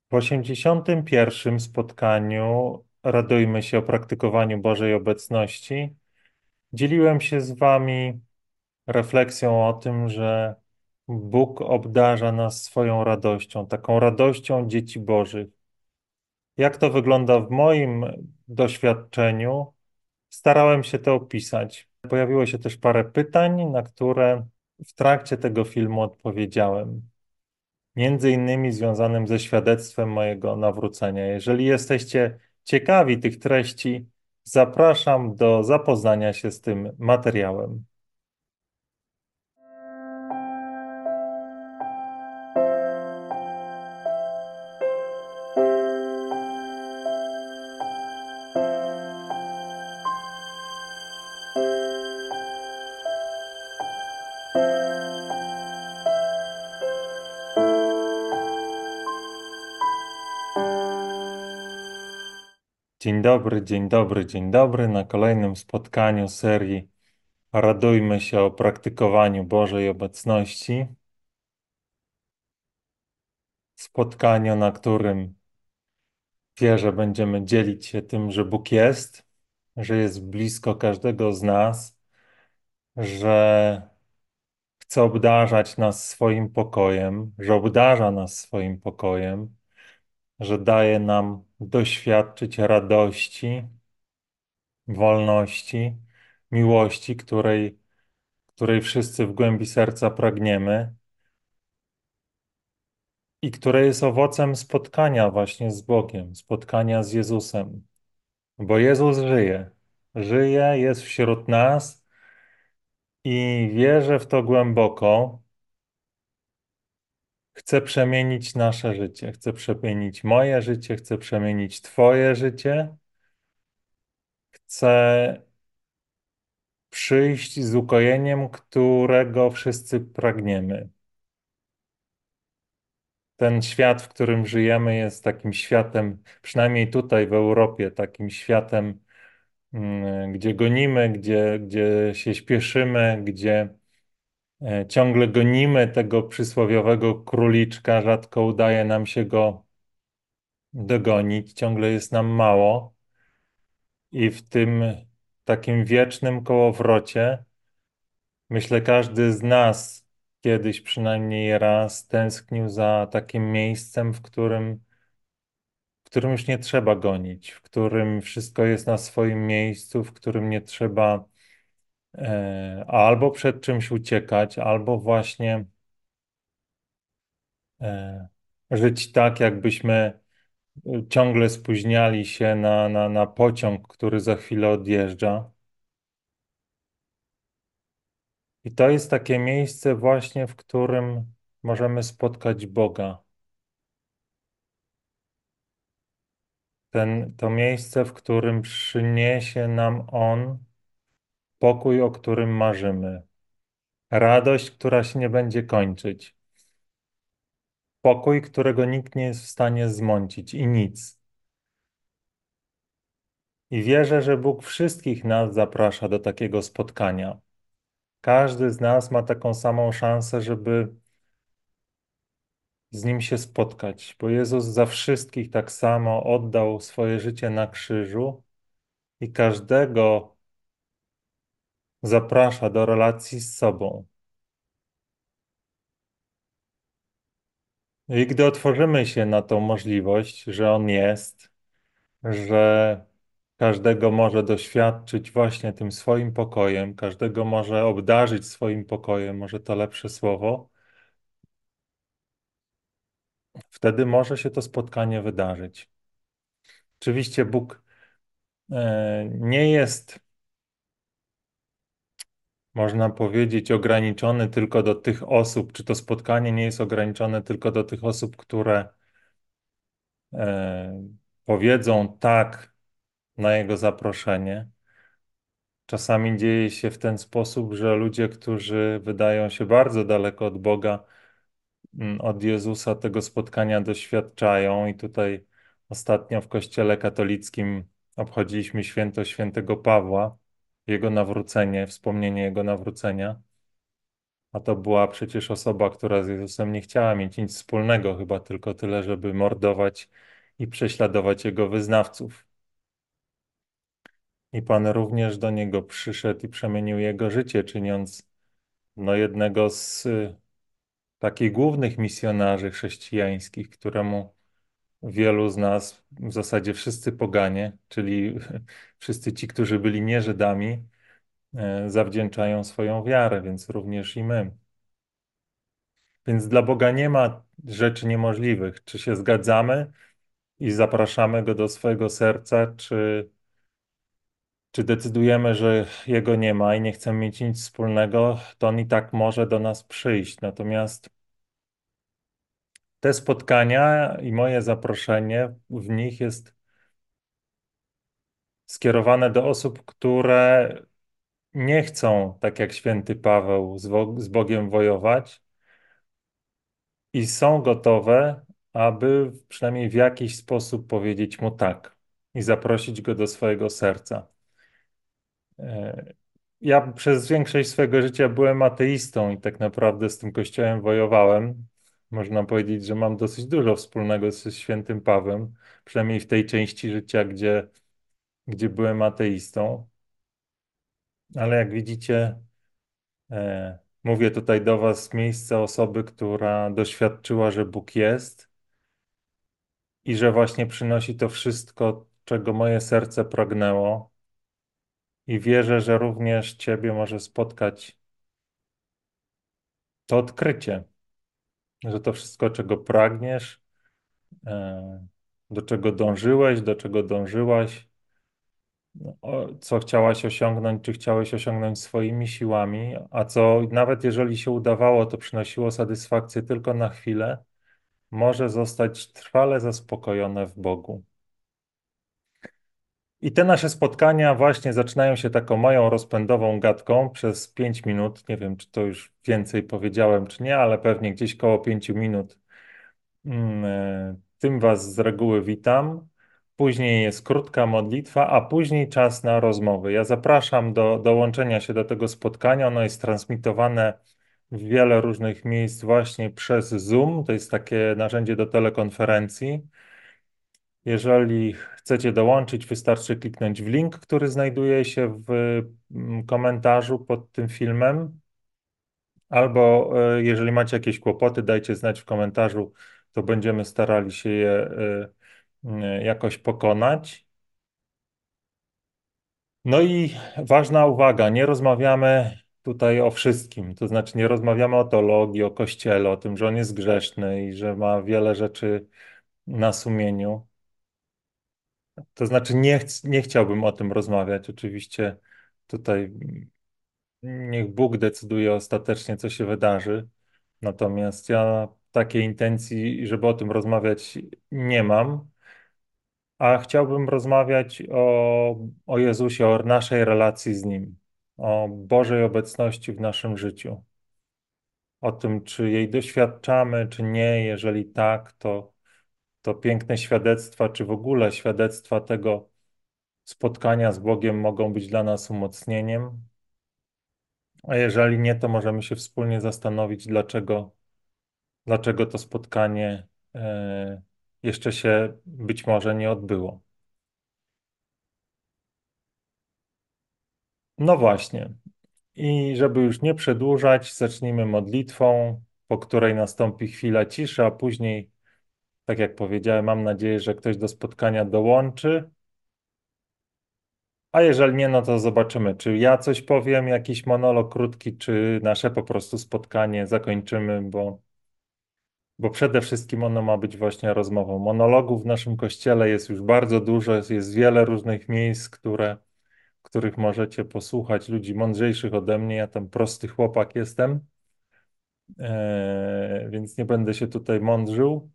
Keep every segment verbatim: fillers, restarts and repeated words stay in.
W osiemdziesiątym pierwszym spotkaniu Radujmy się o praktykowaniu Bożej obecności. Dzieliłem się z Wami refleksją o tym, że Bóg obdarza nas swoją radością, taką radością dzieci Bożych. Jak to wygląda w moim doświadczeniu? Starałem się to opisać. Pojawiło się też parę pytań, na które w trakcie tego filmu odpowiedziałem. Między innymi związanym ze świadectwem mojego nawrócenia. Jeżeli jesteście ciekawi tych treści, zapraszam do zapoznania się z tym materiałem. Dzień dobry, dzień dobry, dzień dobry. Na kolejnym spotkaniu serii Radujmy się o praktykowaniu Bożej obecności. Spotkaniu, na którym wierzę, będziemy dzielić się tym, że Bóg jest, że jest blisko każdego z nas, że chce obdarzać nas swoim pokojem, że obdarza nas swoim pokojem, że daje nam doświadczyć radości, wolności, miłości, której, której wszyscy w głębi serca pragniemy i które jest owocem spotkania właśnie z Bogiem, spotkania z Jezusem. Bo Jezus żyje, żyje, jest wśród nas i wierzę w to głęboko. Chcę przemienić nasze życie, chcę przemienić moje życie, chcę przemienić Twoje życie. Chcę przyjść z ukojeniem, którego wszyscy pragniemy. Ten świat, w którym żyjemy, jest takim światem, przynajmniej tutaj w Europie, takim światem, mm, gdzie gonimy, gdzie, gdzie się śpieszymy, gdzie e, ciągle gonimy tego przysłowiowego króliczka, rzadko udaje nam się go dogonić, ciągle jest nam mało. I w tym takim wiecznym kołowrocie, myślę, każdy z nas kiedyś przynajmniej raz tęsknił za takim miejscem, w którym, w którym już nie trzeba gonić, w którym wszystko jest na swoim miejscu, w którym nie trzeba e, albo przed czymś uciekać, albo właśnie e, żyć tak, jakbyśmy ciągle spóźniali się na, na, na pociąg, który za chwilę odjeżdża. I to jest takie miejsce właśnie, w którym możemy spotkać Boga. Ten, to miejsce, w którym przyniesie nam On pokój, o którym marzymy. Radość, która się nie będzie kończyć. Pokój, którego nikt nie jest w stanie zmącić i nic. I wierzę, że Bóg wszystkich nas zaprasza do takiego spotkania. Każdy z nas ma taką samą szansę, żeby z Nim się spotkać, bo Jezus za wszystkich tak samo oddał swoje życie na krzyżu i każdego zaprasza do relacji z sobą. I gdy otworzymy się na tą możliwość, że On jest, że każdego może doświadczyć właśnie tym swoim pokojem, każdego może obdarzyć swoim pokojem, może to lepsze słowo, wtedy może się to spotkanie wydarzyć. Oczywiście Bóg e, nie jest, można powiedzieć, ograniczony tylko do tych osób, czy to spotkanie nie jest ograniczone tylko do tych osób, które e, powiedzą tak na Jego zaproszenie. Czasami dzieje się w ten sposób, że ludzie, którzy wydają się bardzo daleko od Boga, mm, od Jezusa, tego spotkania doświadczają. I tutaj ostatnio w Kościele katolickim obchodziliśmy święto świętego Pawła, jego nawrócenie, wspomnienie jego nawrócenia. A to była przecież osoba, która z Jezusem nie chciała mieć nic wspólnego, chyba tylko tyle, żeby mordować i prześladować jego wyznawców. I Pan również do niego przyszedł i przemienił jego życie, czyniąc no, jednego z y, takich głównych misjonarzy chrześcijańskich, któremu wielu z nas, w zasadzie wszyscy poganie, czyli wszyscy ci, którzy byli nie Żydami, e, zawdzięczają swoją wiarę, więc również i my. Więc dla Boga nie ma rzeczy niemożliwych. Czy się zgadzamy i zapraszamy Go do swojego serca, czy, czy decydujemy, że Jego nie ma i nie chcemy mieć nic wspólnego, to On i tak może do nas przyjść. Natomiast te spotkania i moje zaproszenie w nich jest skierowane do osób, które nie chcą, tak jak święty Paweł, z, Wo- z Bogiem wojować i są gotowe, aby przynajmniej w jakiś sposób powiedzieć mu tak i zaprosić go do swojego serca. E, Ja przez większość swojego życia byłem ateistą i tak naprawdę z tym kościołem wojowałem. Można powiedzieć, że mam dosyć dużo wspólnego ze świętym Pawłem, przynajmniej w tej części życia, gdzie, gdzie byłem ateistą. Ale jak widzicie, E, mówię tutaj do Was z miejsca osoby, która doświadczyła, że Bóg jest i że właśnie przynosi to wszystko, czego moje serce pragnęło. I wierzę, że również Ciebie może spotkać to odkrycie, że to wszystko, czego pragniesz, e, do czego dążyłeś, do czego dążyłaś, no, o- co chciałaś osiągnąć, czy chciałeś osiągnąć swoimi siłami, a co nawet jeżeli się udawało, to przynosiło satysfakcję tylko na chwilę może zostać trwale zaspokojone w Bogu. I te nasze spotkania właśnie zaczynają się taką moją rozpędową gadką przez pięć minut. Nie wiem, czy to już więcej powiedziałem, czy nie, ale pewnie gdzieś koło pięciu minut. Mm, e, Tym Was z reguły witam. Później jest krótka modlitwa, a później czas na rozmowy. Ja zapraszam do dołączenia się do tego spotkania. Ono jest transmitowane w wiele różnych miejsc właśnie przez Zoom. To jest takie narzędzie do telekonferencji. Jeżeli chcecie dołączyć, wystarczy kliknąć w link, który znajduje się w mm, komentarzu pod tym filmem, albo e, jeżeli macie jakieś kłopoty, dajcie znać w komentarzu, to będziemy starali się je e, e, jakoś pokonać. No i ważna uwaga, nie rozmawiamy tutaj o wszystkim, to znaczy nie rozmawiamy o teologii, o Kościele, o tym, że on jest grzeszny i że ma wiele rzeczy na sumieniu. To znaczy, nie, ch nie chciałbym o tym rozmawiać. Oczywiście tutaj niech Bóg decyduje ostatecznie, co się wydarzy. Natomiast ja takiej intencji, żeby o tym rozmawiać, nie mam. A chciałbym rozmawiać o, o Jezusie, o naszej relacji z Nim, o Bożej obecności w naszym życiu, o tym, czy jej doświadczamy, czy nie. Jeżeli tak, to, to piękne świadectwa, czy w ogóle świadectwa tego, spotkania z Bogiem mogą być dla nas umocnieniem, a jeżeli nie, to możemy się wspólnie zastanowić, dlaczego, dlaczego to spotkanie e, jeszcze się być może nie odbyło. No właśnie. I żeby już nie przedłużać, zacznijmy modlitwą, po której nastąpi chwila ciszy, a później, tak jak powiedziałem, mam nadzieję, że ktoś do spotkania dołączy. A jeżeli nie, no to zobaczymy, czy ja coś powiem, jakiś monolog krótki, czy nasze po prostu spotkanie zakończymy, bo, bo przede wszystkim ono ma być właśnie rozmową. Monologów w naszym kościele jest już bardzo dużo, jest, jest wiele różnych miejsc, które, których możecie posłuchać, ludzi mądrzejszych ode mnie. Ja tam prosty chłopak jestem, e, więc nie będę się tutaj mądrzył.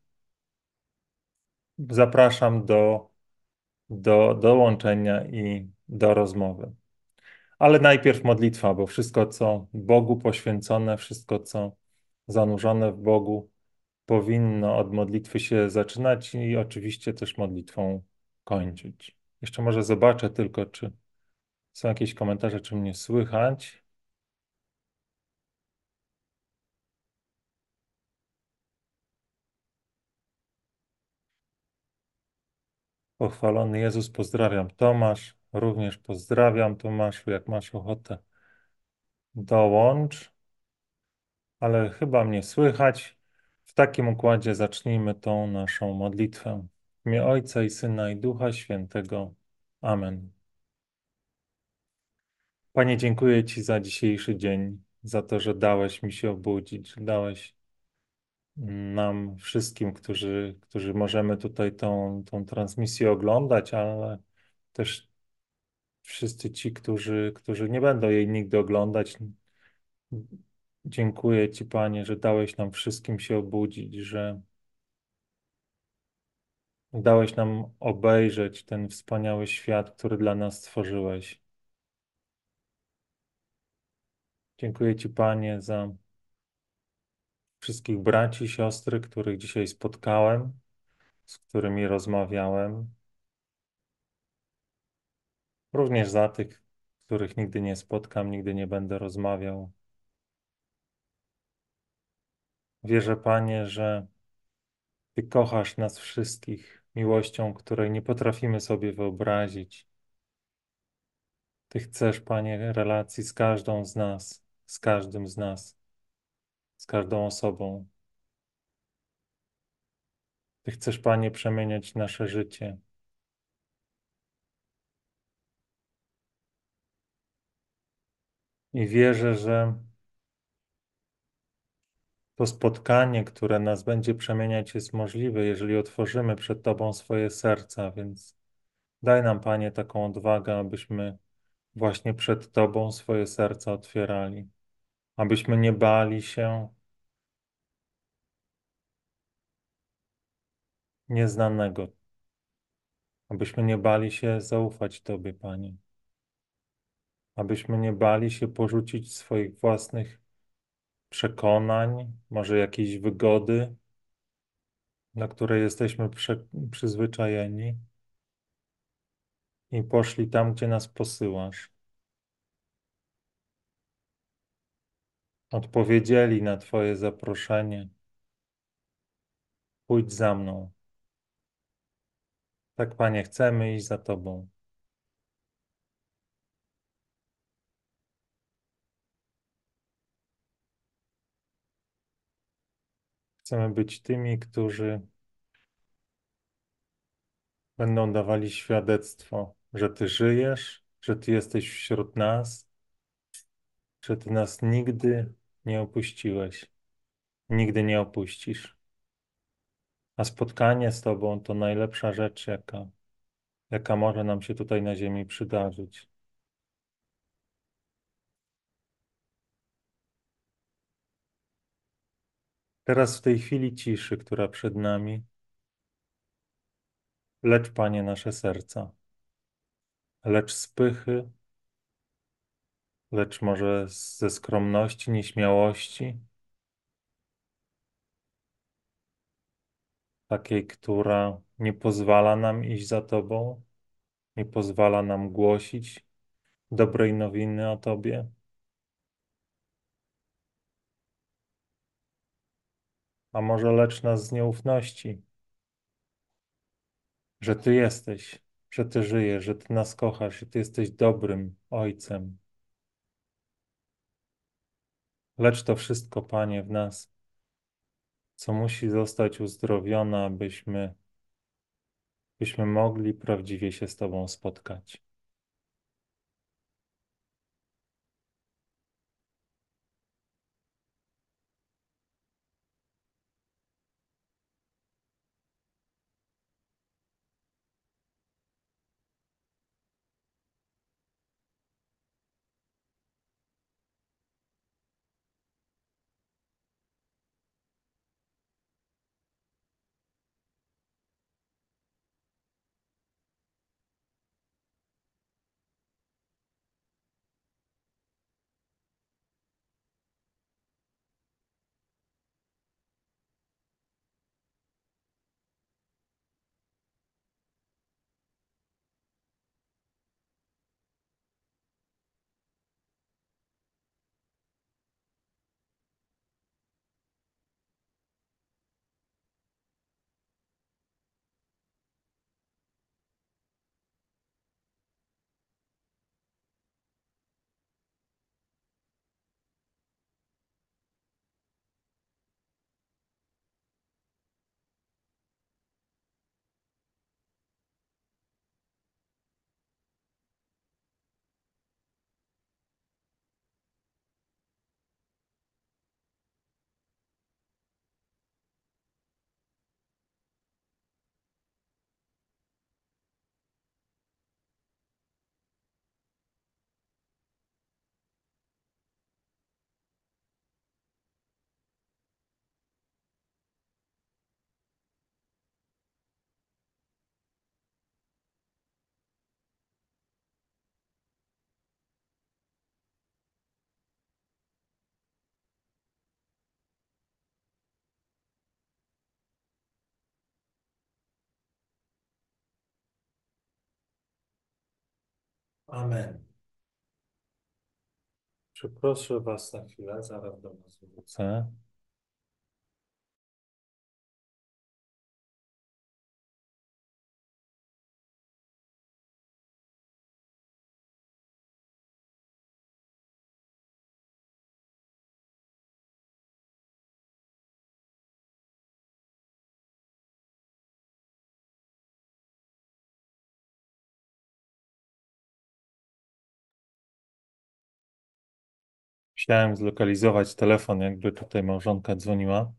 Zapraszam do, do dołączenia i do rozmowy. Ale najpierw modlitwa, bo wszystko, co Bogu poświęcone, wszystko, co zanurzone w Bogu, powinno od modlitwy się zaczynać i oczywiście też modlitwą kończyć. Jeszcze może zobaczę tylko, czy są jakieś komentarze, czy mnie słychać. Pochwalony Jezus, pozdrawiam Tomasz. Również pozdrawiam Tomaszu, jak masz ochotę, dołącz, ale chyba mnie słychać. W takim układzie zacznijmy tą naszą modlitwę. W imię Ojca i Syna i Ducha Świętego. Amen. Panie, dziękuję Ci za dzisiejszy dzień, za to, że dałeś mi się obudzić, że dałeś nam wszystkim, którzy, którzy możemy tutaj tą, tą transmisję oglądać, ale też wszyscy ci, którzy, którzy nie będą jej nigdy oglądać. Dziękuję Ci, Panie, że dałeś nam wszystkim się obudzić, że dałeś nam obejrzeć ten wspaniały świat, który dla nas stworzyłeś. Dziękuję Ci, Panie, za wszystkich braci i siostry, których dzisiaj spotkałem, z którymi rozmawiałem. Również za tych, których nigdy nie spotkam, nigdy nie będę rozmawiał. Wierzę, Panie, że Ty kochasz nas wszystkich miłością, której nie potrafimy sobie wyobrazić. Ty chcesz, Panie, relacji z każdą z nas, z każdym z nas, z każdą osobą. Ty chcesz, Panie, przemieniać nasze życie. I wierzę, że to spotkanie, które nas będzie przemieniać, jest możliwe, jeżeli otworzymy przed Tobą swoje serca, więc daj nam, Panie, taką odwagę, abyśmy właśnie przed Tobą swoje serca otwierali, abyśmy nie bali się nieznanego, abyśmy nie bali się zaufać Tobie, Panie, abyśmy nie bali się porzucić swoich własnych przekonań, może jakiejś wygody, na które jesteśmy prze, przyzwyczajeni i poszli tam, gdzie nas posyłasz. Odpowiedzieli na Twoje zaproszenie. Pójdź za mną. Tak, Panie, chcemy iść za Tobą. Chcemy być tymi, którzy będą dawali świadectwo, że Ty żyjesz, że Ty jesteś wśród nas, że Ty nas nigdy nie opuściłeś, nigdy nie opuścisz. A spotkanie z Tobą to najlepsza rzecz, jaka, jaka może nam się tutaj na ziemi przydarzyć. Teraz w tej chwili ciszy, która przed nami, lecz, Panie, nasze serca, lecz z pychy, lecz może ze skromności, nieśmiałości, takiej, która nie pozwala nam iść za Tobą, nie pozwala nam głosić dobrej nowiny o Tobie, a może lecz nas z nieufności, że Ty jesteś, że Ty żyjesz, że Ty nas kochasz, że Ty jesteś dobrym Ojcem. Lecz to wszystko, Panie, w nas, co musi zostać uzdrowione, abyśmy, byśmy mogli prawdziwie się z Tobą spotkać. Amen. Przeproszę Was na chwilę, zaraz do Was wrócę. Musiałem zlokalizować telefon, jakby tutaj małżonka dzwoniła.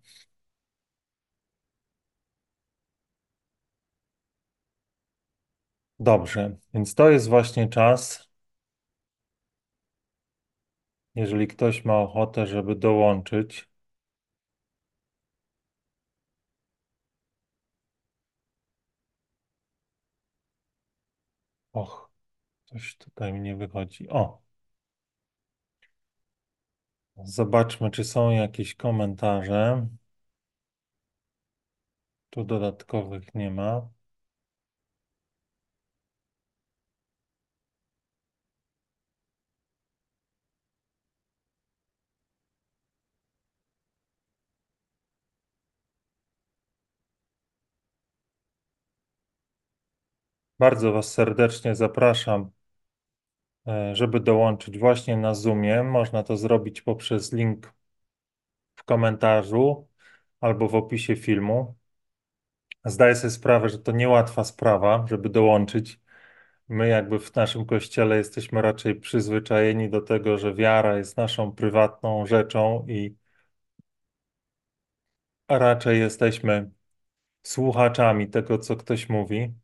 Dobrze, więc to jest właśnie czas, jeżeli ktoś ma ochotę, żeby dołączyć. Och, coś tutaj mi nie wychodzi. O, zobaczmy, czy są jakieś komentarze. Tu dodatkowych nie ma. Bardzo Was serdecznie zapraszam, e, żeby dołączyć właśnie na Zoomie. Można to zrobić poprzez link w komentarzu albo w opisie filmu. Zdaję sobie sprawę, że to niełatwa sprawa, żeby dołączyć. My jakby w naszym kościele jesteśmy raczej przyzwyczajeni do tego, że wiara jest naszą prywatną rzeczą i raczej jesteśmy słuchaczami tego, co ktoś mówi.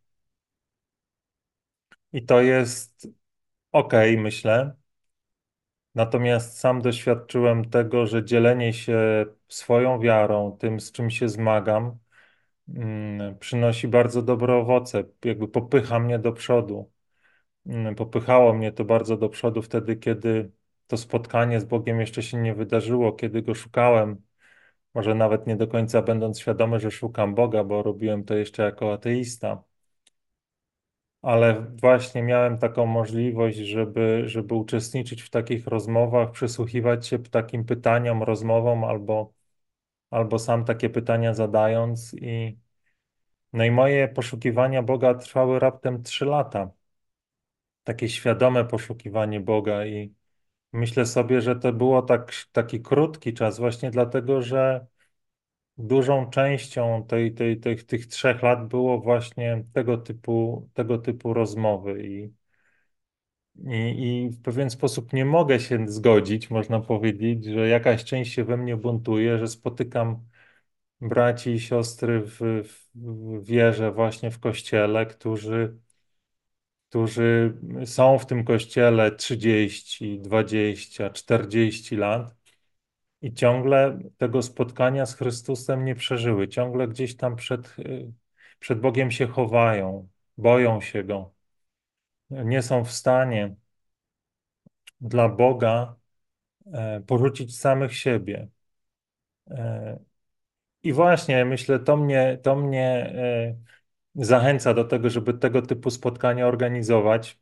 I to jest okej, myślę. Natomiast sam doświadczyłem tego, że dzielenie się swoją wiarą, tym, z czym się zmagam, mm, przynosi bardzo dobre owoce, jakby popycha mnie do przodu. Mm, Popychało mnie to bardzo do przodu wtedy, kiedy to spotkanie z Bogiem jeszcze się nie wydarzyło, kiedy go szukałem, może nawet nie do końca będąc świadomy, że szukam Boga, bo robiłem to jeszcze jako ateista. Ale właśnie miałem taką możliwość, żeby, żeby uczestniczyć w takich rozmowach, przysłuchiwać się takim pytaniom, rozmowom, albo, albo sam takie pytania zadając. I, no i moje poszukiwania Boga trwały raptem trzy lata. Takie świadome poszukiwanie Boga i myślę sobie, że to było tak, taki krótki czas właśnie dlatego, że dużą częścią tej, tej, tych, tych trzech lat było właśnie tego typu, tego typu rozmowy. I I, I w pewien sposób nie mogę się zgodzić, można powiedzieć, że jakaś część się we mnie buntuje, że spotykam braci i siostry w, w, w wierze właśnie w kościele, którzy, którzy są w tym kościele trzydzieści, dwadzieścia, czterdzieści lat i ciągle tego spotkania z Chrystusem nie przeżyły. Ciągle gdzieś tam przed, przed Bogiem się chowają, boją się Go, nie są w stanie dla Boga e, porzucić samych siebie. E, I właśnie myślę, to mnie, to mnie e, zachęca do tego, żeby tego typu spotkania organizować,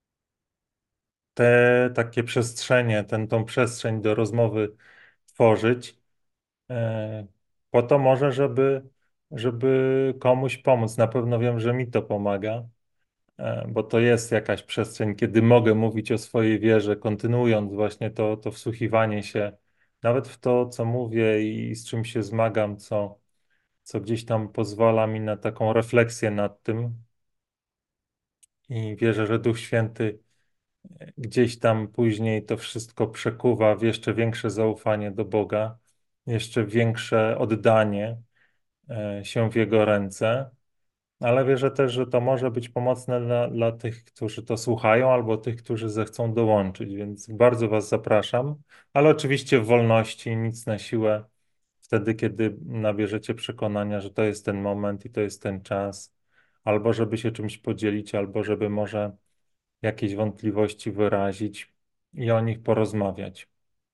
te takie przestrzenie, ten, tą przestrzeń do rozmowy tworzyć, e, po to może, żeby, żeby komuś pomóc. Na pewno wiem, że mi to pomaga. E, bo to jest jakaś przestrzeń, kiedy mogę mówić o swojej wierze, kontynuując właśnie to, to wsłuchiwanie się, nawet w to, co mówię i z czym się zmagam, co, co gdzieś tam pozwala mi na taką refleksję nad tym. I wierzę, że Duch Święty gdzieś tam później to wszystko przekuwa w jeszcze większe zaufanie do Boga, jeszcze większe oddanie e, się w Jego ręce. Ale wierzę też, że to może być pomocne dla, dla tych, którzy to słuchają, albo tych, którzy zechcą dołączyć, więc bardzo Was zapraszam, ale oczywiście w wolności, nic na siłę, wtedy, kiedy nabierzecie przekonania, że to jest ten moment i to jest ten czas, albo żeby się czymś podzielić, albo żeby może jakieś wątpliwości wyrazić i o nich porozmawiać.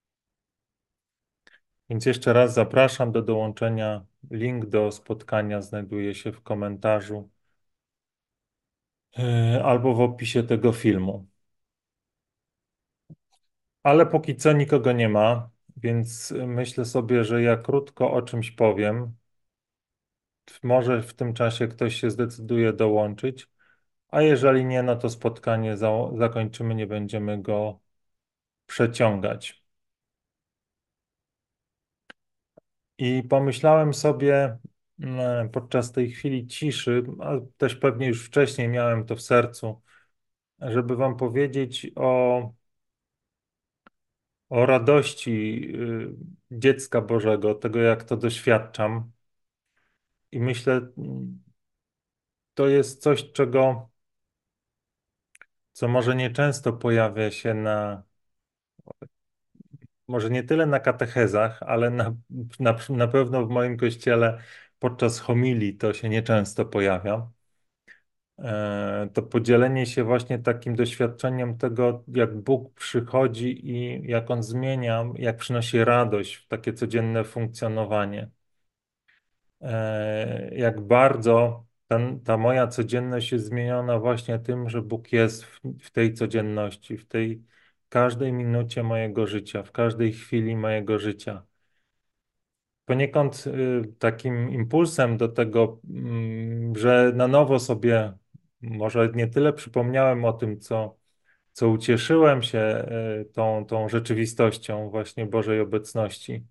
Więc jeszcze raz zapraszam do dołączenia. Link do spotkania znajduje się w komentarzu, e, albo w opisie tego filmu. Ale póki co nikogo nie ma, więc myślę sobie, że ja krótko o czymś powiem. Może w tym czasie ktoś się zdecyduje dołączyć, a jeżeli nie, no to spotkanie za zakończymy, nie będziemy go przeciągać. I pomyślałem sobie mm, podczas tej chwili ciszy, a też pewnie już wcześniej miałem to w sercu, żeby Wam powiedzieć o, o radości y, dziecka Bożego, tego jak to doświadczam. I myślę, mm, to jest coś, czego, co może nieczęsto pojawia się na, może nie tyle na katechezach, ale na, na, na pewno w moim kościele podczas homilii to się nieczęsto pojawia. E, To podzielenie się właśnie takim doświadczeniem tego, jak Bóg przychodzi i jak On zmienia, jak przynosi radość w takie codzienne funkcjonowanie. E, Jak bardzo ten, ta moja codzienność jest zmieniona właśnie tym, że Bóg jest w, w tej codzienności, w tej każdej minucie mojego życia, w każdej chwili mojego życia. Poniekąd y, takim impulsem do tego, mm, że na nowo sobie może nie tyle przypomniałem o tym, co, co ucieszyłem się y, tą, tą rzeczywistością właśnie Bożej obecności.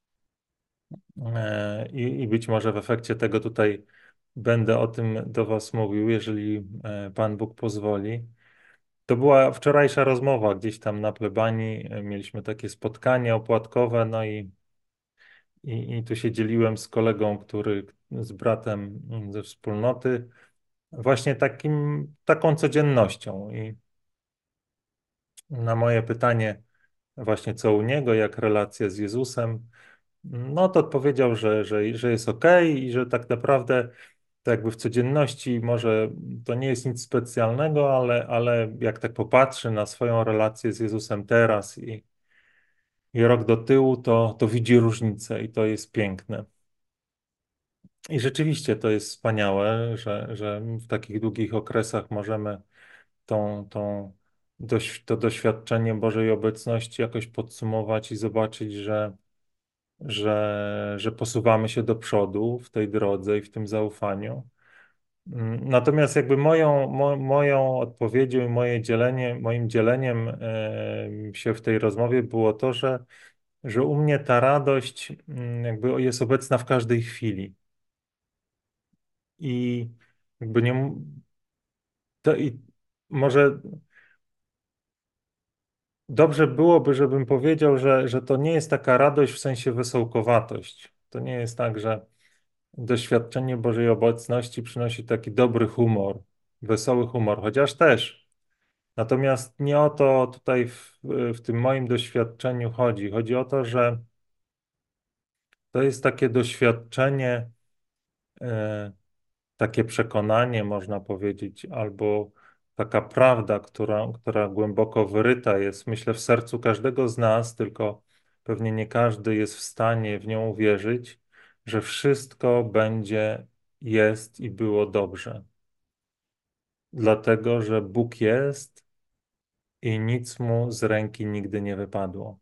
E, I, i być może w efekcie tego tutaj będę o tym do Was mówił, jeżeli e, Pan Bóg pozwoli. To była wczorajsza rozmowa gdzieś tam na plebanii. e, Mieliśmy takie spotkanie opłatkowe, no i I, I tu się dzieliłem z kolegą, który z bratem mm, ze wspólnoty, właśnie takim, taką codziennością. I na moje pytanie, właśnie co u niego, jak relacja z Jezusem, no to odpowiedział, że, że, że jest okej i że tak naprawdę to jakby w codzienności może to nie jest nic specjalnego, ale, ale jak tak popatrzy na swoją relację z Jezusem teraz i, i rok do tyłu, to, to widzi różnicę i to jest piękne. I rzeczywiście to jest wspaniałe, że, że w takich długich okresach możemy tą, tą doś, to doświadczenie Bożej obecności jakoś podsumować i zobaczyć, że, że, że posuwamy się do przodu w tej drodze i w tym zaufaniu. Mm, Natomiast jakby moją, mo, moją odpowiedzią i moje dzielenie, moim dzieleniem e, się w tej rozmowie było to, że, że u mnie ta radość mm, jakby jest obecna w każdej chwili. I jakby nie, m- to i może dobrze byłoby, żebym powiedział, że, że to nie jest taka radość w sensie wesołkowatość. To nie jest tak, że doświadczenie Bożej obecności przynosi taki dobry humor, wesoły humor, chociaż też. Natomiast nie o to tutaj w, w tym moim doświadczeniu chodzi. Chodzi o to, że to jest takie doświadczenie, e, takie przekonanie, można powiedzieć, albo taka prawda, która, która głęboko wyryta jest, myślę, w sercu każdego z nas, tylko pewnie nie każdy jest w stanie w nią uwierzyć, że wszystko będzie, jest i było dobrze. Dlatego, że Bóg jest i nic mu z ręki nigdy nie wypadło.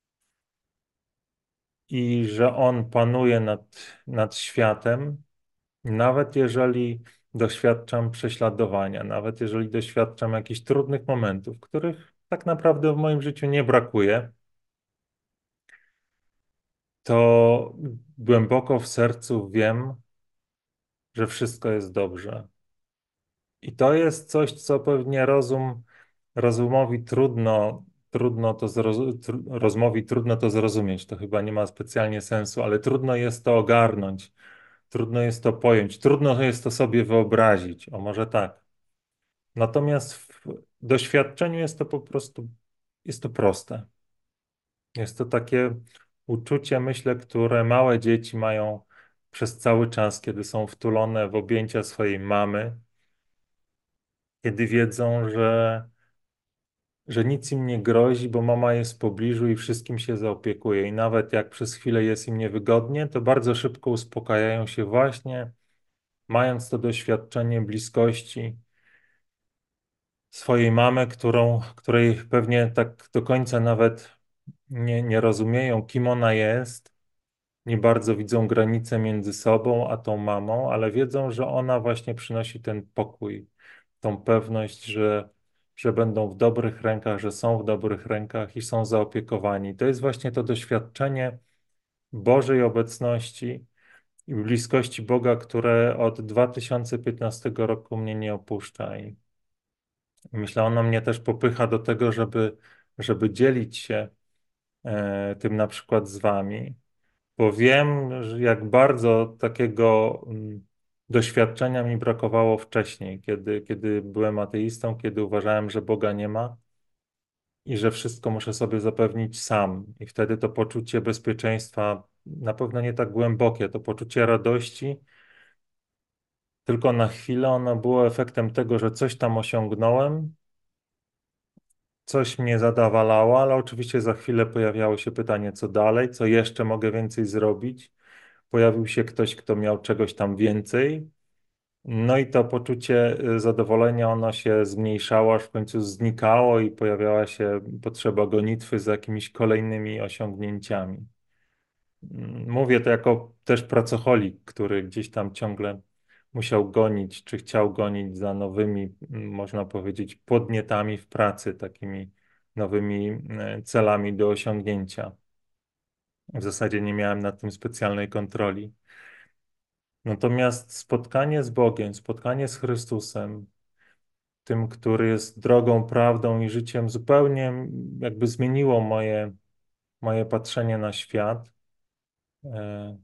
I że On panuje nad, nad światem. Nawet jeżeli doświadczam prześladowania, nawet jeżeli doświadczam jakichś trudnych momentów, których tak naprawdę w moim życiu nie brakuje, to głęboko w sercu wiem, że wszystko jest dobrze. I to jest coś, co pewnie rozum, rozumowi trudno, trudno to zrozu- tr rozmowi trudno to zrozumieć. To chyba nie ma specjalnie sensu, ale trudno jest to ogarnąć, trudno jest to pojąć, trudno jest to sobie wyobrazić. O, może tak. Natomiast w doświadczeniu jest to po prostu, jest to proste. Jest to takie uczucie, myślę, które małe dzieci mają przez cały czas, kiedy są wtulone w objęcia swojej mamy, kiedy wiedzą, że, że nic im nie grozi, bo mama jest w pobliżu i wszystkim się zaopiekuje. I nawet jak przez chwilę jest im niewygodnie, to bardzo szybko uspokajają się właśnie, mając to doświadczenie bliskości swojej mamy, którą, której pewnie tak do końca nawet nie, nie rozumieją, kim ona jest, nie bardzo widzą granice między sobą a tą mamą, ale wiedzą, że ona właśnie przynosi ten pokój, tą pewność, że, że będą w dobrych rękach, że są w dobrych rękach i są zaopiekowani. To jest właśnie to doświadczenie Bożej obecności i bliskości Boga, które od dwa tysiące piętnastego roku mnie nie opuszcza. I myślę, ono mnie też popycha do tego, żeby, żeby dzielić się e, tym na przykład z wami, bo wiem, że jak bardzo takiego mm, doświadczenia mi brakowało wcześniej, kiedy, kiedy byłem ateistą, kiedy uważałem, że Boga nie ma i że wszystko muszę sobie zapewnić sam. I wtedy to poczucie bezpieczeństwa, na pewno nie tak głębokie, to poczucie radości, tylko na chwilę ono było efektem tego, że coś tam osiągnąłem, coś mnie zadawalało, ale oczywiście za chwilę pojawiało się pytanie, co dalej, co jeszcze mogę więcej zrobić. Pojawił się ktoś, kto miał czegoś tam więcej. No i to poczucie y, zadowolenia, ono się zmniejszało, aż w końcu znikało i pojawiała się potrzeba gonitwy za jakimiś kolejnymi osiągnięciami. Mm, Mówię to jako też pracocholik, który gdzieś tam ciągle musiał gonić, czy chciał gonić za nowymi, mm, można powiedzieć, podnietami w pracy, takimi nowymi e, celami do osiągnięcia. W zasadzie nie miałem nad tym specjalnej kontroli. Natomiast spotkanie z Bogiem, spotkanie z Chrystusem, tym, który jest drogą, prawdą i życiem, zupełnie jakby zmieniło moje, moje patrzenie na świat. E,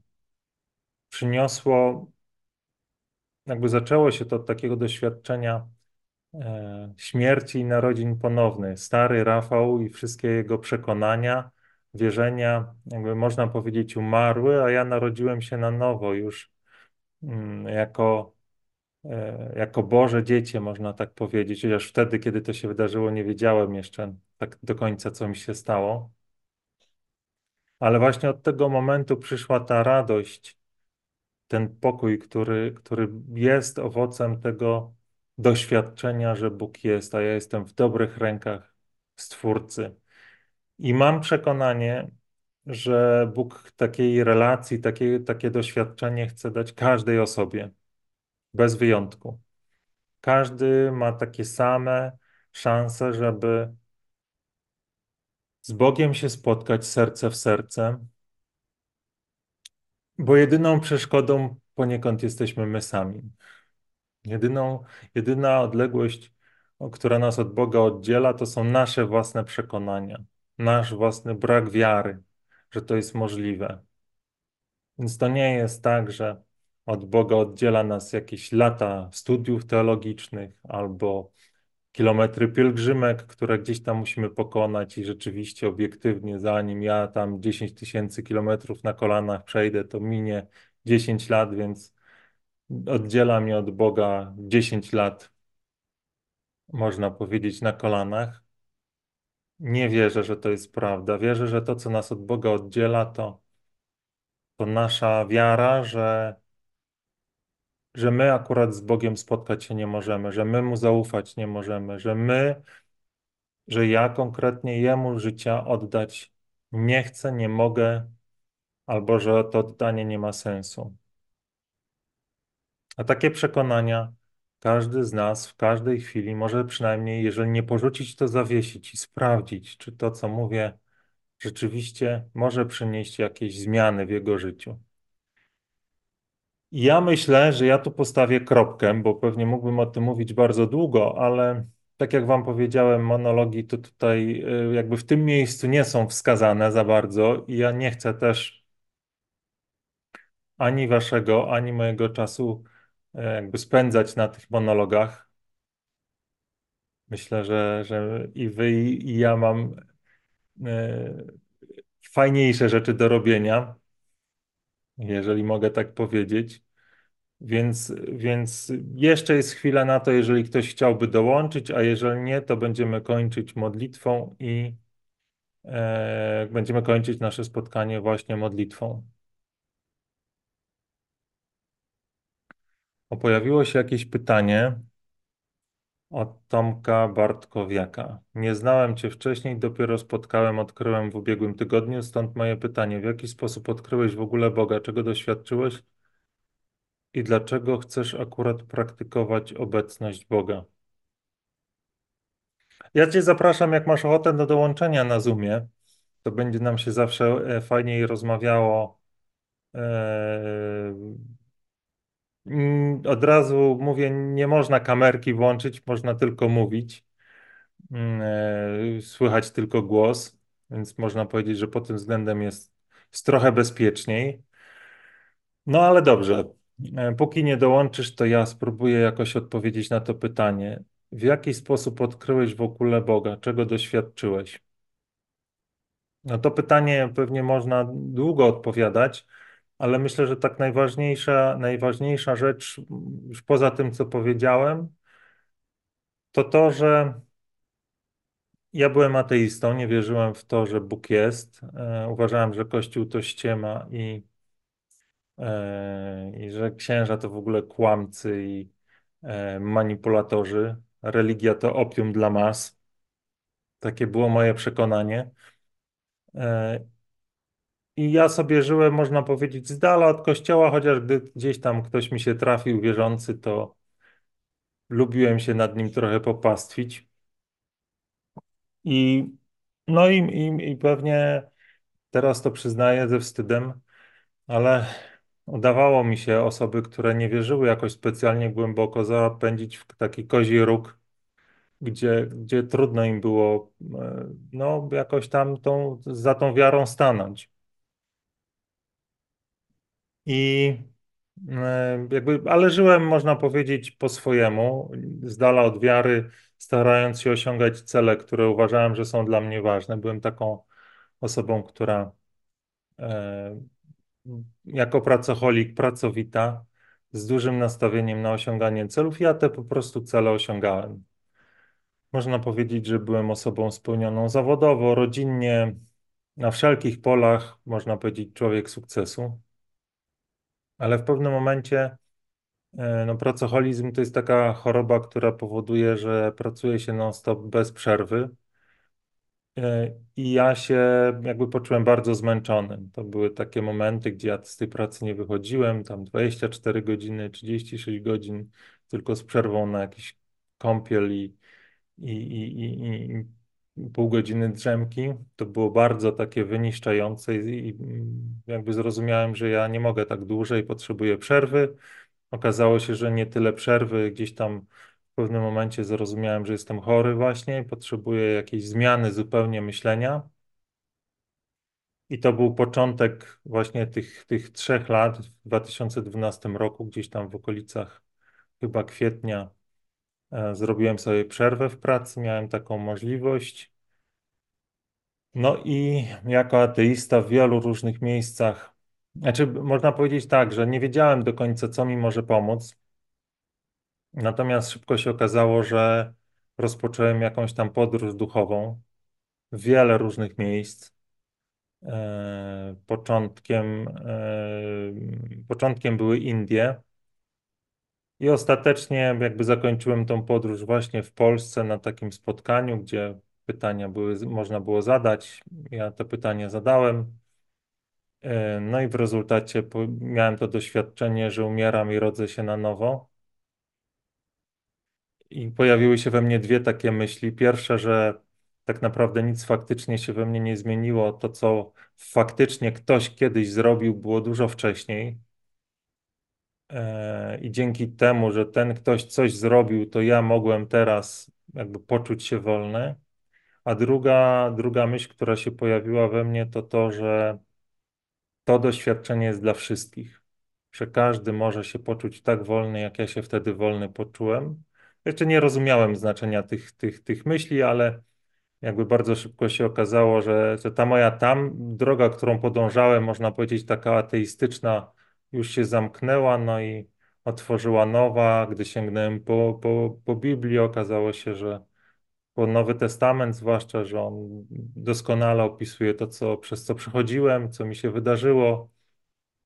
Przyniosło, jakby zaczęło się to od takiego doświadczenia e, śmierci i narodzin ponownych. Stary Rafał i wszystkie jego przekonania, wierzenia, jakby można powiedzieć, umarły, a ja narodziłem się na nowo już mm, jako e, jako Boże dziecię, można tak powiedzieć. Chociaż wtedy, kiedy to się wydarzyło, nie wiedziałem jeszcze tak do końca, co mi się stało. Ale właśnie od tego momentu przyszła ta radość, ten pokój, który, który jest owocem tego doświadczenia, że Bóg jest, a ja jestem w dobrych rękach Stwórcy. I mam przekonanie, że Bóg takiej relacji, takie, takie doświadczenie chce dać każdej osobie, bez wyjątku. Każdy ma takie same szanse, żeby z Bogiem się spotkać serce w serce, bo jedyną przeszkodą poniekąd jesteśmy my sami. Jedyną, jedyna odległość, o- która nas od Boga oddziela, to są nasze własne przekonania, nasz własny brak wiary, że to jest możliwe. Więc to nie jest tak, że od Boga oddziela nas jakieś lata studiów teologicznych albo kilometry pielgrzymek, które gdzieś tam musimy pokonać i rzeczywiście obiektywnie, zanim ja tam dziesięć tysięcy kilometrów na kolanach przejdę, to minie dziesięć lat, więc oddziela mnie od Boga dziesięć lat, można powiedzieć, na kolanach. Nie wierzę, że to jest prawda. Wierzę, że to, co nas od Boga oddziela, to, to nasza wiara, że, że my akurat z Bogiem spotkać się nie możemy, że my Mu zaufać nie możemy, że my że ja konkretnie Jemu życia oddać nie chcę, nie mogę, albo że to oddanie nie ma sensu. A takie przekonania każdy z nas w każdej chwili może przynajmniej, jeżeli nie porzucić, to zawiesić i sprawdzić, czy to, co mówię, rzeczywiście może przynieść jakieś zmiany w jego życiu. I ja myślę, że ja tu postawię kropkę, bo pewnie mógłbym o tym mówić bardzo długo, ale tak jak Wam powiedziałem, monologi to tutaj y, jakby w tym miejscu nie są wskazane za bardzo i ja nie chcę też ani Waszego, ani mojego czasu y, jakby spędzać na tych monologach. Myślę, że, że i Wy, i ja mam y, fajniejsze rzeczy do robienia, jeżeli mogę tak powiedzieć. Więc, więc jeszcze jest chwila na to, jeżeli ktoś chciałby dołączyć, a jeżeli nie, to będziemy kończyć modlitwą i e, będziemy kończyć nasze spotkanie właśnie modlitwą. O, pojawiło się jakieś pytanie. Od Tomka Bartkowiaka. Nie znałem Cię wcześniej, dopiero spotkałem, odkryłem w ubiegłym tygodniu, stąd moje pytanie. W jaki sposób odkryłeś w ogóle Boga? Czego doświadczyłeś i dlaczego chcesz akurat praktykować obecność Boga? Ja Cię zapraszam, jak masz ochotę do dołączenia na Zoomie. To będzie nam się zawsze e, fajniej rozmawiało. Eee, mm, Od razu mówię, nie można kamerki włączyć, można tylko mówić. Mm, e, Słychać tylko głos, więc można powiedzieć, że pod tym względem jest, jest trochę bezpieczniej. No ale dobrze. E, Póki nie dołączysz, to ja spróbuję jakoś odpowiedzieć na to pytanie. W jaki sposób odkryłeś w ogóle Boga? Czego doświadczyłeś? No to pytanie pewnie można długo odpowiadać, ale myślę, że tak najważniejsza, najważniejsza rzecz, już poza tym, co powiedziałem, to to, że ja byłem ateistą, nie wierzyłem w to, że Bóg jest. E, uważałem, że Kościół to ściema i, e, i że księża to w ogóle kłamcy i e, manipulatorzy. Religia to opium dla mas. Takie było moje przekonanie. E, I ja sobie żyłem, można powiedzieć, z dala od Kościoła, chociaż gdy gdzieś tam ktoś mi się trafił wierzący, to lubiłem się nad nim trochę popastwić. I no i, i, i pewnie teraz to przyznaję ze wstydem, ale udawało mi się osoby, które nie wierzyły jakoś specjalnie głęboko, zapędzić w taki kozi róg, gdzie, gdzie trudno im było e, no, jakoś tam tą, za tą wiarą stanąć. I e, jakby, ale żyłem, można powiedzieć, po swojemu, z dala od wiary, starając się osiągać cele, które uważałem, że są dla mnie ważne. Byłem taką osobą, która e, jako pracocholik, pracowita, z dużym nastawieniem na osiąganie celów. Ja te po prostu cele osiągałem. Można powiedzieć, że byłem osobą spełnioną zawodowo, rodzinnie, na wszelkich polach, można powiedzieć, człowiek sukcesu. Ale w pewnym momencie, e, no, pracoholizm to jest taka choroba, która powoduje, że pracuje się non-stop bez przerwy. E, I ja się jakby poczułem bardzo zmęczony. To były takie momenty, gdzie ja z tej pracy nie wychodziłem, tam dwadzieścia cztery godziny, trzydzieści sześć godzin, tylko z przerwą na jakiś kąpiel i, i, i, i, i pół godziny drzemki. To było bardzo takie wyniszczające i, i jakby zrozumiałem, że ja nie mogę tak dłużej, potrzebuję przerwy. Okazało się, że nie tyle przerwy, gdzieś tam w pewnym momencie zrozumiałem, że jestem chory właśnie i potrzebuję jakiejś zmiany zupełnie myślenia. I to był początek właśnie tych, tych trzech lat w dwa tysiące dwunastym roku, gdzieś tam w okolicach chyba kwietnia, e, zrobiłem sobie przerwę w pracy, miałem taką możliwość. No i jako ateista w wielu różnych miejscach, znaczy można powiedzieć tak, że nie wiedziałem do końca, co mi może pomóc. Natomiast szybko się okazało, że rozpocząłem jakąś tam podróż duchową w wiele różnych miejsc. E, Początkiem, e, początkiem były Indie i ostatecznie jakby zakończyłem tą podróż właśnie w Polsce na takim spotkaniu, gdzie pytania były, można było zadać. Ja te pytania zadałem. E, No i w rezultacie po- miałem to doświadczenie, że umieram i rodzę się na nowo. I pojawiły się we mnie dwie takie myśli. Pierwsze, że tak naprawdę nic faktycznie się we mnie nie zmieniło. To, co faktycznie ktoś kiedyś zrobił, było dużo wcześniej. E, I dzięki temu, że ten ktoś coś zrobił, to ja mogłem teraz jakby poczuć się wolny. A druga, druga myśl, która się pojawiła we mnie, to to, że to doświadczenie jest dla wszystkich. Że każdy może się poczuć tak wolny, jak ja się wtedy wolny poczułem. Jeszcze nie rozumiałem znaczenia tych, tych, tych myśli, ale jakby bardzo szybko się okazało, że, że ta moja tam droga, którą podążałem, można powiedzieć taka ateistyczna, już się zamknęła, no i otworzyła nowa. Gdy sięgnąłem po, po, po Biblię, okazało się, że po Nowy Testament, zwłaszcza, że on doskonale opisuje to, co, przez co przechodziłem, co mi się wydarzyło.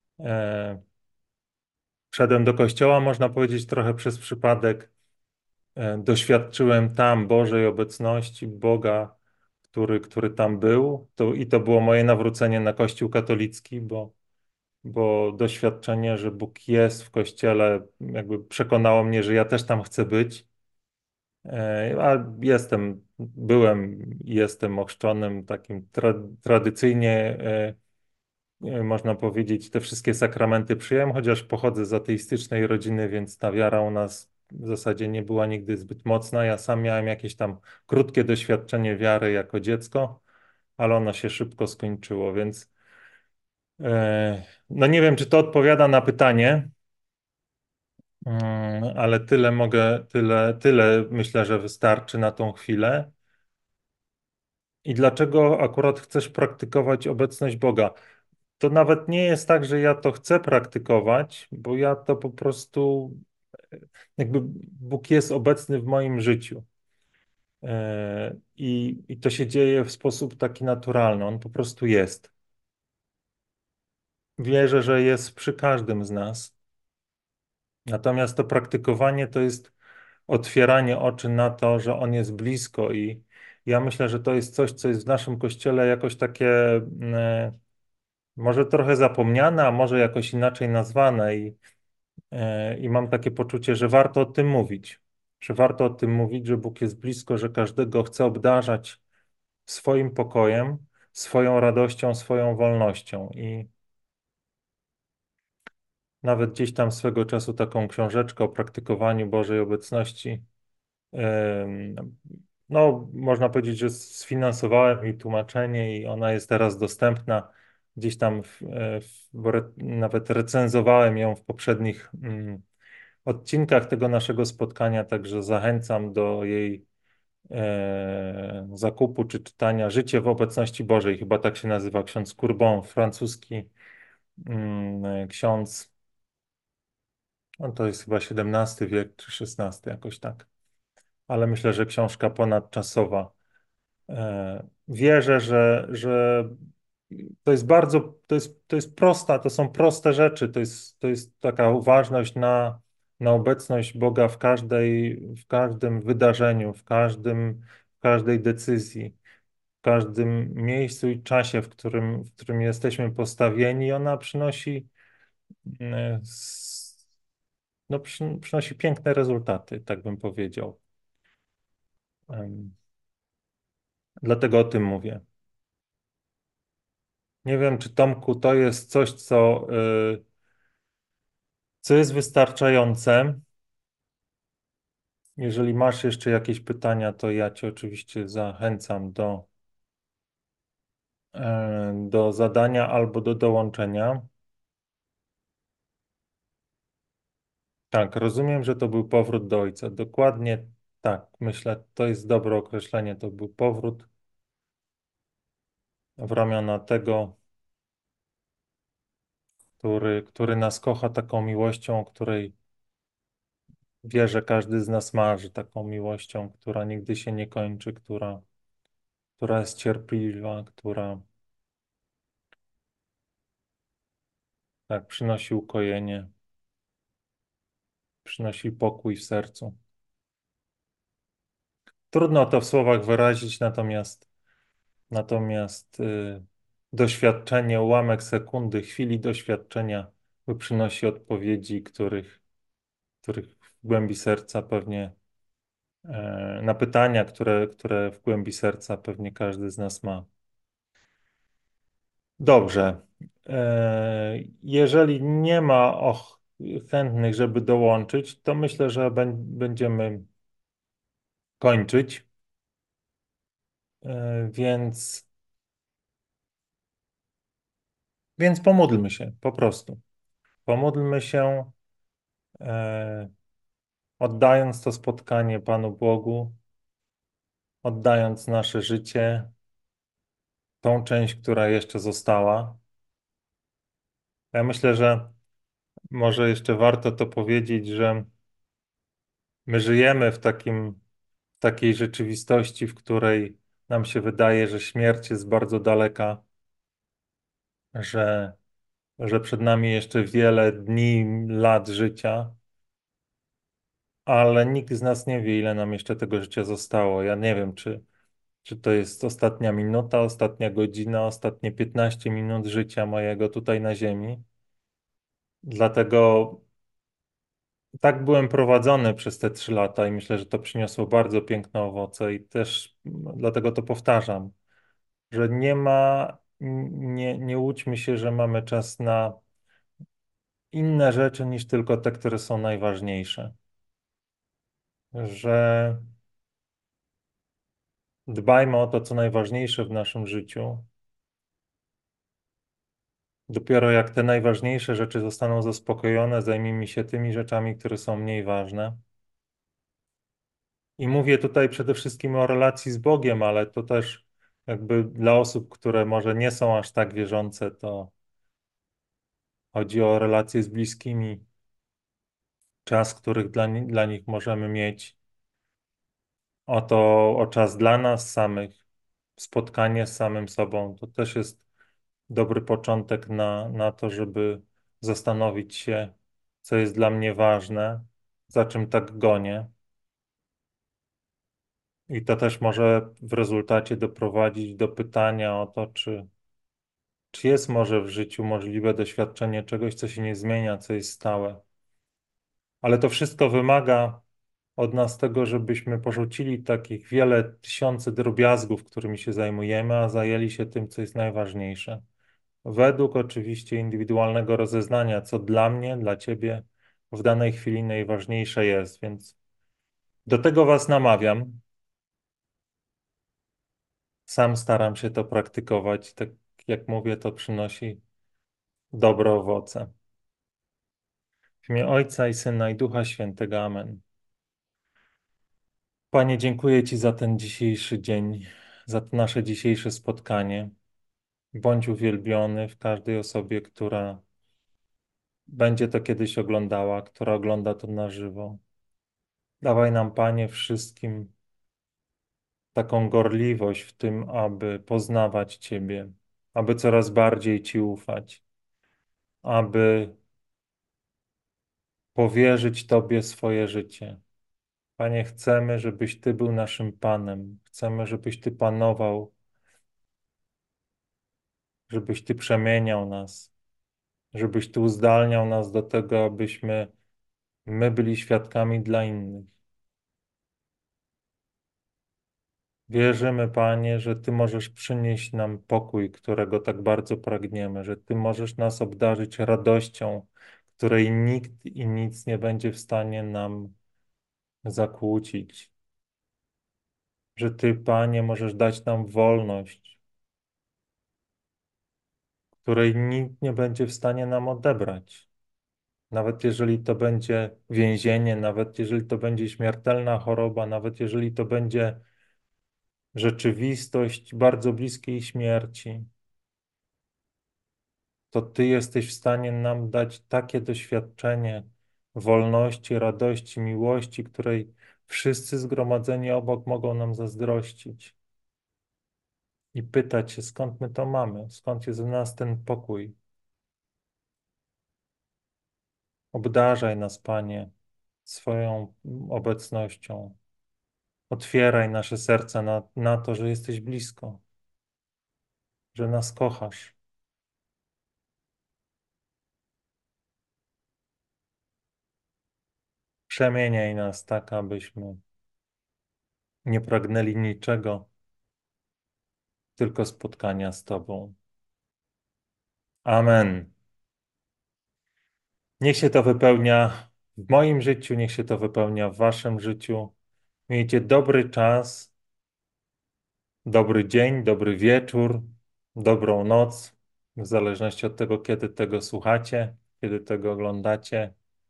E, Wszedłem do kościoła, można powiedzieć, trochę przez przypadek. e, doświadczyłem tam Bożej obecności, Boga, który, który tam był. To, I to było moje nawrócenie na Kościół katolicki, bo, bo doświadczenie, że Bóg jest w Kościele, jakby przekonało mnie, że ja też tam chcę być. E, A jestem, byłem i jestem ochrzczonym takim tra tradycyjnie, e, e, można powiedzieć, te wszystkie sakramenty przyjąłem, chociaż pochodzę z ateistycznej rodziny, więc ta wiara u nas w zasadzie nie była nigdy zbyt mocna. Ja sam miałem jakieś tam krótkie doświadczenie wiary jako dziecko, ale ono się szybko skończyło, więc e, no nie wiem, czy to odpowiada na pytanie, mm, ale tyle mogę, tyle, tyle myślę, że wystarczy na tą chwilę. I dlaczego akurat chcesz praktykować obecność Boga? To nawet nie jest tak, że ja to chcę praktykować, bo ja to po prostu, jakby Bóg jest obecny w moim życiu. E, I, I to się dzieje w sposób taki naturalny. On po prostu jest. Wierzę, że jest przy każdym z nas. Natomiast to praktykowanie to jest otwieranie oczy na to, że On jest blisko i ja myślę, że to jest coś, co jest w naszym kościele jakoś takie mm, może trochę zapomniane, a może jakoś inaczej nazwane i, e, i mam takie poczucie, że warto o tym mówić, że warto o tym mówić, że Bóg jest blisko, że każdego chce obdarzać swoim pokojem, swoją radością, swoją wolnością i nawet gdzieś tam swego czasu taką książeczkę o praktykowaniu Bożej obecności, em, no można powiedzieć, że sfinansowałem jej tłumaczenie i ona jest teraz dostępna. Gdzieś tam w, e, w, bo re, nawet recenzowałem ją w poprzednich mm, odcinkach tego naszego spotkania, także zachęcam do jej e, zakupu czy czytania. Życie w obecności Bożej, chyba tak się nazywa ksiądz Courbon, francuski mm, ksiądz. On to jest chyba siedemnasty wiek czy szesnasty, jakoś tak. Ale myślę, że książka ponadczasowa. E, Wierzę, że, że to jest bardzo, to jest, to jest prosta, to są proste rzeczy, to jest, to jest taka uważność na, na obecność Boga w każdej, w każdym wydarzeniu, w każdym, w każdej decyzji, w każdym miejscu i czasie, w którym, w którym jesteśmy postawieni. Ona przynosi, e, s- no, przy, przynosi piękne rezultaty, tak bym powiedział. Em, Dlatego o tym mówię. Nie wiem, czy Tomku, to jest coś, co, y, co jest wystarczające. Jeżeli masz jeszcze jakieś pytania, to ja Cię oczywiście zachęcam do, y, do zadania albo do dołączenia. Tak, rozumiem, że to był powrót do Ojca. Dokładnie tak, myślę, to jest dobre określenie. To był powrót w ramiona tego, który, który nas kocha taką miłością, której wie, że każdy z nas marzy, taką miłością, która nigdy się nie kończy, która, która jest cierpliwa, która tak przynosi ukojenie, przynosi pokój w sercu. Trudno to w słowach wyrazić, natomiast, natomiast y, doświadczenie, ułamek sekundy, chwili doświadczenia przynosi odpowiedzi, których, których w głębi serca pewnie e, na pytania, które, które w głębi serca pewnie każdy z nas ma. Dobrze. E, Jeżeli nie ma och, chętnych, żeby dołączyć, to myślę, że bę- będziemy kończyć. E, Więc, więc pomódlmy się po prostu. Pomódlmy się, e, oddając to spotkanie Panu Bogu, oddając nasze życie, tą część, która jeszcze została. Ja myślę, że może jeszcze warto to powiedzieć, że my żyjemy w takim, w takiej rzeczywistości, w której nam się wydaje, że śmierć jest bardzo daleka, że, że przed nami jeszcze wiele dni, lat życia. ale nikt z nas nie wie, ile nam jeszcze tego życia zostało. Ja nie wiem, czy, czy to jest ostatnia minuta, ostatnia godzina, ostatnie piętnaście minut życia mojego tutaj na Ziemi. Dlatego tak byłem prowadzony przez te trzy lata i myślę, że to przyniosło bardzo piękne owoce i też mm, dlatego to powtarzam, że nie ma, nie, nie łudźmy się, że mamy czas na inne rzeczy niż tylko te, które są najważniejsze. Że dbajmy o to, co najważniejsze w naszym życiu. Dopiero jak te najważniejsze rzeczy zostaną zaspokojone, zajmijmy się tymi rzeczami, które są mniej ważne. I mówię tutaj przede wszystkim o relacji z Bogiem, ale to też jakby dla osób, które może nie są aż tak wierzące, to chodzi o relacje z bliskimi, czas, których dla, ni- dla nich możemy mieć, o to, o czas dla nas samych, spotkanie z samym sobą. To też jest dobry początek na, na to, żeby zastanowić się, co jest dla mnie ważne, za czym tak gonię. I to też może w rezultacie doprowadzić do pytania o to, czy, czy jest może w życiu możliwe doświadczenie czegoś, co się nie zmienia, co jest stałe. Ale to wszystko wymaga od nas tego, żebyśmy porzucili takich wiele tysięcy drobiazgów, którymi się zajmujemy, a zajęli się tym, co jest najważniejsze. Według oczywiście indywidualnego rozeznania, co dla mnie, dla ciebie w danej chwili najważniejsze jest. Więc do tego was namawiam. Sam staram się to praktykować. Tak jak mówię, to przynosi dobre owoce. W imię Ojca i Syna i Ducha Świętego. Amen. Panie, dziękuję Ci za ten dzisiejszy dzień, za to nasze dzisiejsze spotkanie. Bądź uwielbiony w każdej osobie, która będzie to kiedyś oglądała, która ogląda to na żywo. Dawaj nam, Panie, wszystkim taką gorliwość w tym, aby poznawać Ciebie, aby coraz bardziej Ci ufać, aby powierzyć Tobie swoje życie. Panie, chcemy, żebyś Ty był naszym Panem. Chcemy, żebyś Ty panował, żebyś Ty przemieniał nas, żebyś Ty uzdalniał nas do tego, abyśmy my byli świadkami dla innych. Wierzymy, Panie, że Ty możesz przynieść nam pokój, którego tak bardzo pragniemy, że Ty możesz nas obdarzyć radością, której nikt i nic nie będzie w stanie nam zakłócić. Że Ty, Panie, możesz dać nam wolność, której nikt nie będzie w stanie nam odebrać. Nawet jeżeli to będzie więzienie, nawet jeżeli to będzie śmiertelna choroba, nawet jeżeli to będzie rzeczywistość bardzo bliskiej śmierci, to Ty jesteś w stanie nam dać takie doświadczenie wolności, radości, miłości, której wszyscy zgromadzeni obok mogą nam zazdrościć i pytać się, skąd my to mamy, skąd jest w nas ten pokój. Obdarzaj nas, Panie, swoją obecnością. Otwieraj nasze serca na, na to, że jesteś blisko, że nas kochasz. Przemieniaj nas tak, abyśmy nie pragnęli niczego, tylko spotkania z Tobą. Amen. Niech się to wypełnia w moim życiu, niech się to wypełnia w Waszym życiu. Miejcie dobry czas, dobry dzień, dobry wieczór, dobrą noc, w zależności od tego, kiedy tego słuchacie, kiedy tego oglądacie.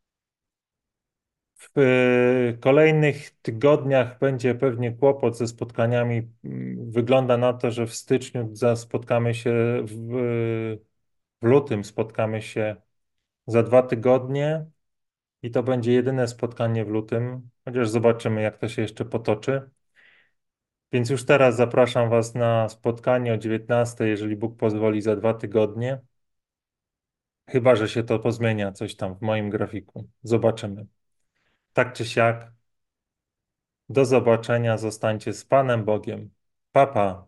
W y, kolejnych tygodniach będzie pewnie kłopot ze spotkaniami. Mm, Wygląda na to, że w styczniu za- spotkamy się, w, w lutym spotkamy się za dwa tygodnie i to będzie jedyne spotkanie w lutym, chociaż zobaczymy, jak to się jeszcze potoczy. Więc już teraz zapraszam Was na spotkanie o dziewiętnastej, jeżeli Bóg pozwoli, za dwa tygodnie. Chyba że się to pozmienia coś tam w moim grafiku. Zobaczymy. Tak czy siak, do zobaczenia, zostańcie z Panem Bogiem. Pa, pa.